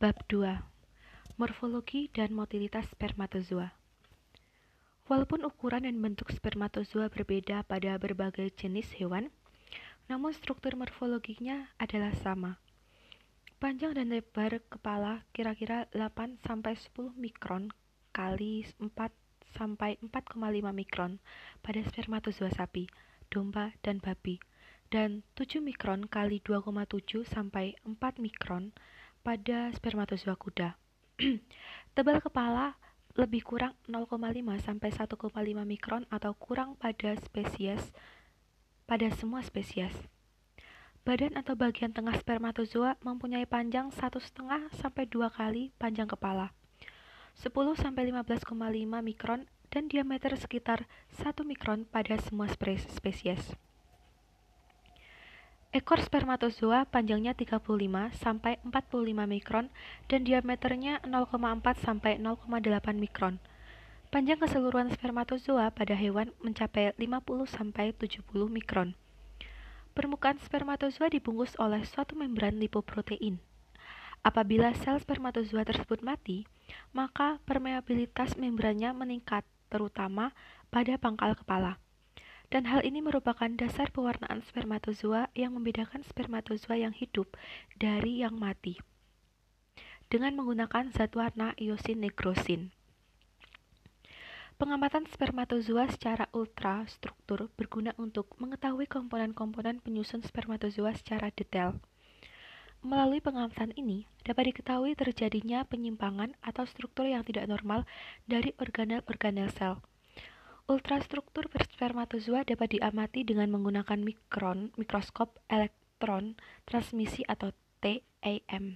Bab 2. Morfologi dan motilitas spermatozoa. Walaupun ukuran dan bentuk spermatozoa berbeda pada berbagai jenis hewan, namun struktur morfologinya adalah sama. Panjang dan lebar kepala kira-kira 8-10 mikron kali 4-4,5 mikron pada spermatozoa sapi, domba, dan babi, dan 7 mikron kali 2,7 sampai 4 mikron pada spermatozoa kuda. Tebal kepala lebih kurang 0,5 sampai 1,5 mikron atau kurang pada semua spesies. Badan atau bagian tengah spermatozoa mempunyai panjang 1,5 sampai 2 kali panjang kepala, 10 sampai 15,5 mikron, dan diameter sekitar 1 mikron pada semua spesies. Ekor spermatozoa panjangnya 35 sampai 45 mikron dan diameternya 0,4 sampai 0,8 mikron. Panjang keseluruhan spermatozoa pada hewan mencapai 50 sampai 70 mikron. Permukaan spermatozoa dibungkus oleh suatu membran lipoprotein. Apabila sel spermatozoa tersebut mati, maka permeabilitas membrannya meningkat, terutama pada pangkal kepala. Dan hal ini merupakan dasar pewarnaan spermatozoa yang membedakan spermatozoa yang hidup dari yang mati dengan menggunakan zat warna iosin negrosin. Pengamatan spermatozoa secara ultrastruktur berguna untuk mengetahui komponen-komponen penyusun spermatozoa secara detail. Melalui pengamatan ini, dapat diketahui terjadinya penyimpangan atau struktur yang tidak normal dari organel-organel sel. Ultrastruktur spermatozoa dapat diamati dengan menggunakan mikroskop elektron transmisi atau TEM.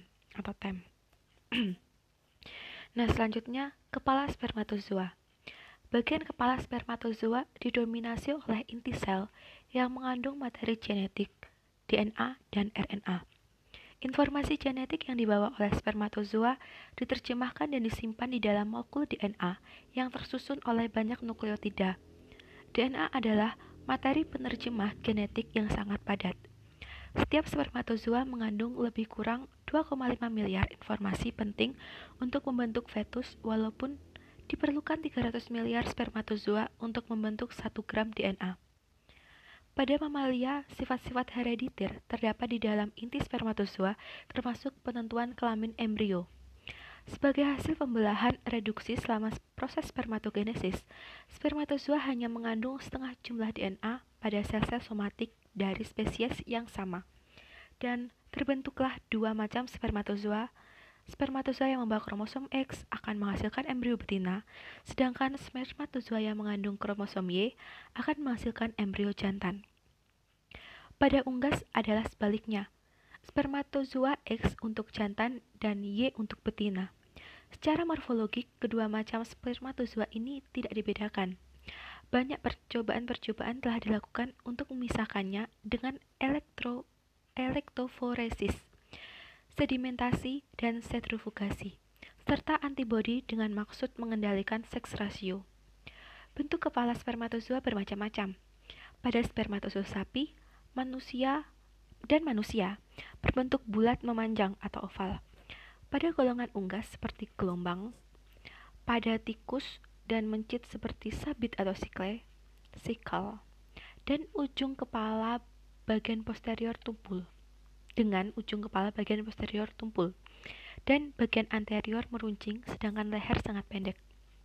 Nah, selanjutnya kepala spermatozoa. Bagian kepala spermatozoa didominasi oleh inti sel yang mengandung materi genetik, DNA, dan RNA. Informasi genetik yang dibawa oleh spermatozoa diterjemahkan dan disimpan di dalam molekul DNA yang tersusun oleh banyak nukleotida. DNA adalah materi penerjemah genetik yang sangat padat. Setiap spermatozoa mengandung lebih kurang 2,5 miliar informasi penting untuk membentuk fetus, walaupun diperlukan 300 miliar spermatozoa untuk membentuk 1 gram DNA. Pada mamalia, sifat-sifat herediter terdapat di dalam inti spermatozoa, termasuk penentuan kelamin embrio. Sebagai hasil pembelahan reduksi selama proses spermatogenesis, spermatozoa hanya mengandung setengah jumlah DNA pada sel-sel somatik dari spesies yang sama. Dan terbentuklah dua macam spermatozoa. Spermatozoa yang membawa kromosom X akan menghasilkan embrio betina, sedangkan spermatozoa yang mengandung kromosom Y akan menghasilkan embrio jantan. Pada unggas adalah sebaliknya, spermatozoa X untuk jantan dan Y untuk betina. Secara morfologik, kedua macam spermatozoa ini tidak dibedakan. Banyak percobaan telah dilakukan untuk memisahkannya dengan elektroforesis, sedimentasi, dan sentrifugasi, serta antibodi dengan maksud mengendalikan seks rasio. Bentuk kepala spermatozoa bermacam-macam. Pada spermatozoa sapi, manusia berbentuk bulat memanjang atau oval. Pada golongan unggas seperti gelombang, pada tikus dan mencit seperti sabit atau sickle, dan ujung kepala bagian posterior tumpul, dan bagian anterior meruncing, sedangkan leher sangat pendek.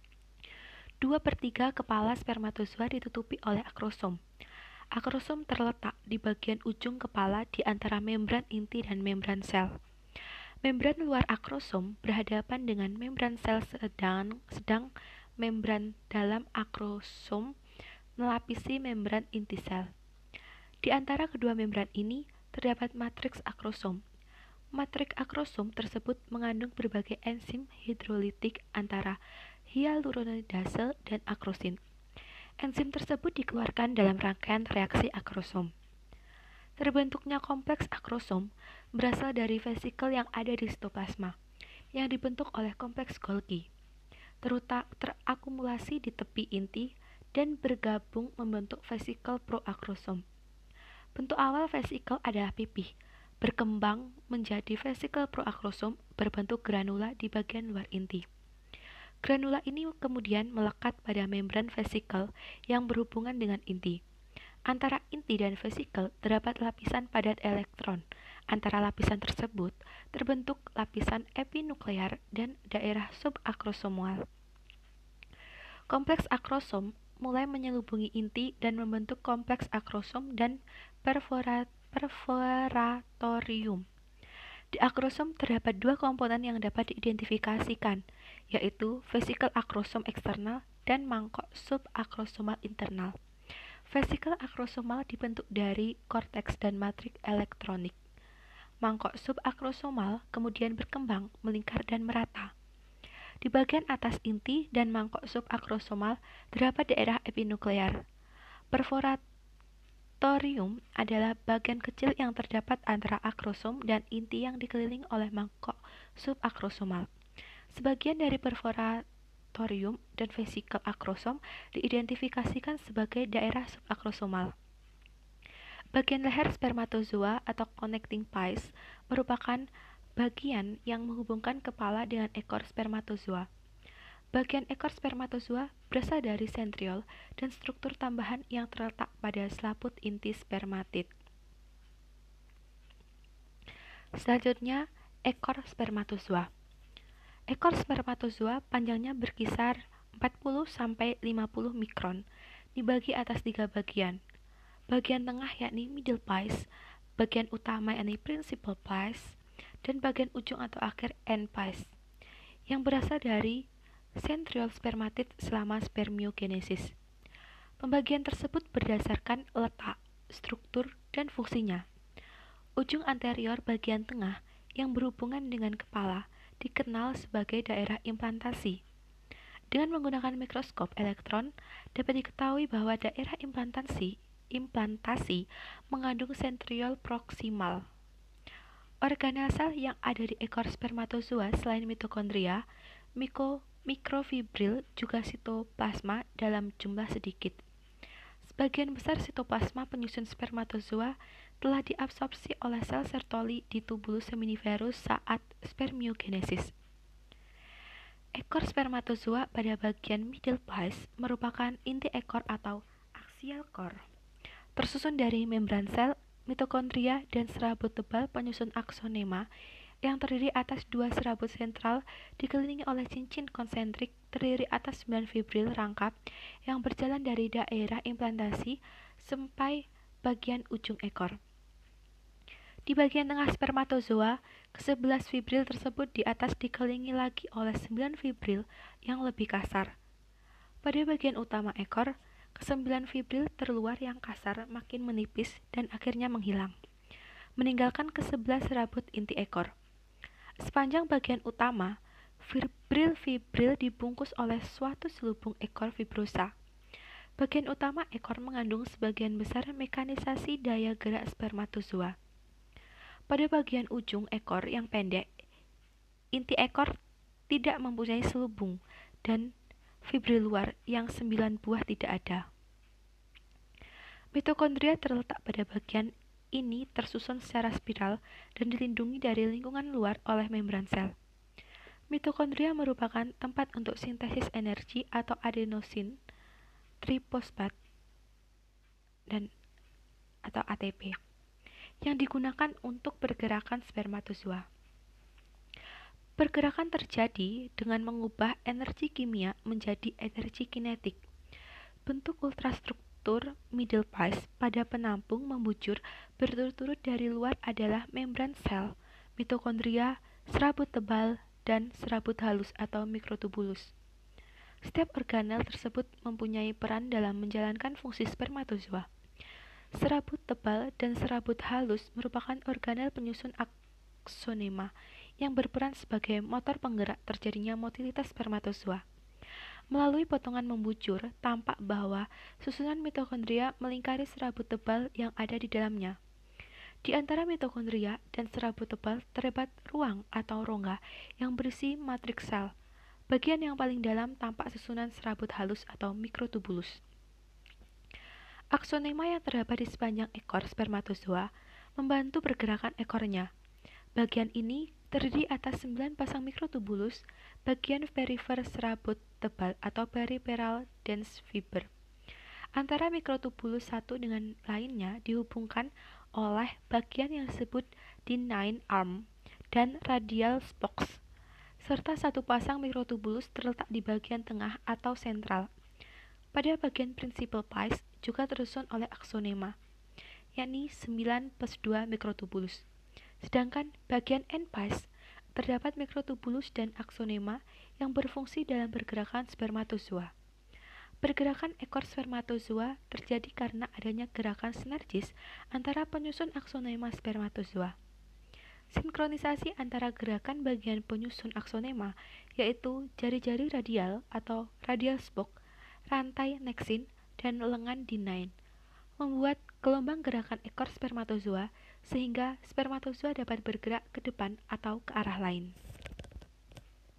2/3 kepala spermatozoa ditutupi oleh akrosom. Akrosom terletak di bagian ujung kepala di antara membran inti dan membran sel. Membran luar akrosom berhadapan dengan membran sel, sedang membran dalam akrosom melapisi membran inti sel. Di antara kedua membran ini terdapat matriks akrosom. Matriks akrosom tersebut mengandung berbagai enzim hidrolitik antara hyaluronidase dan akrosin. Enzim tersebut dikeluarkan dalam rangkaian reaksi akrosom. Terbentuknya kompleks akrosom berasal dari vesikel yang ada di sitoplasma, yang dibentuk oleh kompleks Golgi, terakumulasi di tepi inti dan bergabung membentuk vesikel proakrosom. Bentuk awal vesikel adalah pipih. berkembang menjadi vesikel proakrosom berbentuk granula di bagian luar inti. Granula ini kemudian melekat pada membran vesikel yang berhubungan dengan inti. Antara inti dan vesikel terdapat lapisan padat elektron. Antara lapisan tersebut terbentuk lapisan epinuklear dan daerah subakrosomal. Kompleks akrosom mulai menyelubungi inti dan membentuk kompleks akrosom dan perforatorium. Di akrosom terdapat dua komponen yang dapat diidentifikasikan, yaitu vesikel akrosom eksternal dan mangkok subakrosomal internal. Vesikel akrosomal dibentuk dari korteks dan matrik elektronik. Mangkok subakrosomal kemudian berkembang, melingkar dan merata. Di bagian atas inti dan mangkok subakrosomal terdapat daerah epinuklear. Perforatorium adalah bagian kecil yang terdapat antara akrosom dan inti yang dikelilingi oleh mangkok subakrosomal. Sebagian dari perforatorium dan vesikel akrosom diidentifikasikan sebagai daerah subakrosomal. Bagian leher spermatozoa atau connecting pies merupakan bagian yang menghubungkan kepala dengan ekor spermatozoa. Bagian ekor spermatozoa berasal dari sentriol dan struktur tambahan yang terletak pada selaput inti spermatid. Selanjutnya, ekor spermatozoa. Ekor spermatozoa panjangnya berkisar 40-50 mikron, dibagi atas 3 bagian. Bagian tengah yakni middle pies, bagian utama yakni principal pies, dan bagian ujung atau akhir end pies, yang berasal dari sentriol spermatid selama spermiogenesis. Pembagian tersebut berdasarkan letak, struktur, dan fungsinya. Ujung anterior bagian tengah yang berhubungan dengan kepala dikenal sebagai daerah implantasi. Dengan menggunakan mikroskop elektron, dapat diketahui bahwa daerah implantasi mengandung sentriol proksimal. Organel sel yang ada di ekor spermatozoa selain mitokondria, mikrofibril juga sitoplasma dalam jumlah sedikit. Sebagian besar sitoplasma penyusun spermatozoa telah diabsorpsi oleh sel Sertoli di tubulus seminiferus saat spermiogenesis. Ekor spermatozoa pada bagian middle pies merupakan inti ekor atau axial core, tersusun dari membran sel, mitokondria, dan serabut tebal penyusun aksonema yang terdiri atas 2 serabut sentral dikelilingi oleh cincin konsentrik terdiri atas 9 fibril rangkap yang berjalan dari daerah implantasi sampai bagian ujung ekor. Di bagian tengah spermatozoa, ke-11 fibril tersebut di atas dikelilingi lagi oleh 9 fibril yang lebih kasar. Pada bagian utama ekor, ke-9 fibril terluar yang kasar makin menipis dan akhirnya menghilang, meninggalkan ke-11 serabut inti ekor. Sepanjang bagian utama, fibril-fibril dibungkus oleh suatu selubung ekor fibrosa. Bagian utama ekor mengandung sebagian besar mekanisasi daya gerak spermatozoa. Pada bagian ujung ekor yang pendek, inti ekor tidak mempunyai selubung dan fibril luar yang 9 buah tidak ada. Mitokondria terletak pada bagian ini tersusun secara spiral dan dilindungi dari lingkungan luar oleh membran sel. Mitokondria merupakan tempat untuk sintesis energi atau adenosin trifosfat atau ATP yang digunakan untuk pergerakan spermatozoa. Pergerakan terjadi dengan mengubah energi kimia menjadi energi kinetik. Bentuk ultrastruktur middle pies pada penampung membujur berturut-turut dari luar adalah membran sel, mitokondria, serabut tebal, dan serabut halus atau mikrotubulus. Setiap organel tersebut mempunyai peran dalam menjalankan fungsi spermatozoa. Serabut tebal dan serabut halus merupakan organel penyusun aksonema yang berperan sebagai motor penggerak terjadinya motilitas spermatozoa. Melalui potongan membujur, tampak bahwa susunan mitokondria melingkari serabut tebal yang ada di dalamnya. Di antara mitokondria dan serabut tebal terdapat ruang atau rongga yang berisi matriks sel. Bagian yang paling dalam tampak susunan serabut halus atau mikrotubulus. Aksonema yang terdapat di sepanjang ekor spermatozoa membantu pergerakan ekornya. Bagian ini terdiri atas 9 pasang mikrotubulus, bagian perifer serabut tebal atau peripheral dense fiber. Antara mikrotubulus satu dengan lainnya dihubungkan oleh bagian yang disebut D9 arm dan radial spokes, serta satu pasang mikrotubulus terletak di bagian tengah atau sentral. Pada bagian principal pars juga tersusun oleh aksonema, yakni 9+2 mikrotubulus. Sedangkan bagian end pars terdapat mikrotubulus dan aksonema yang berfungsi dalam pergerakan spermatozoa. Pergerakan ekor spermatozoa terjadi karena adanya gerakan sinergis antara penyusun aksonema spermatozoa. Sinkronisasi antara gerakan bagian penyusun aksonema, yaitu jari-jari radial atau radial spoke, rantai neksin, dan lengan D9, membuat gelombang gerakan ekor spermatozoa sehingga spermatozoa dapat bergerak ke depan atau ke arah lain.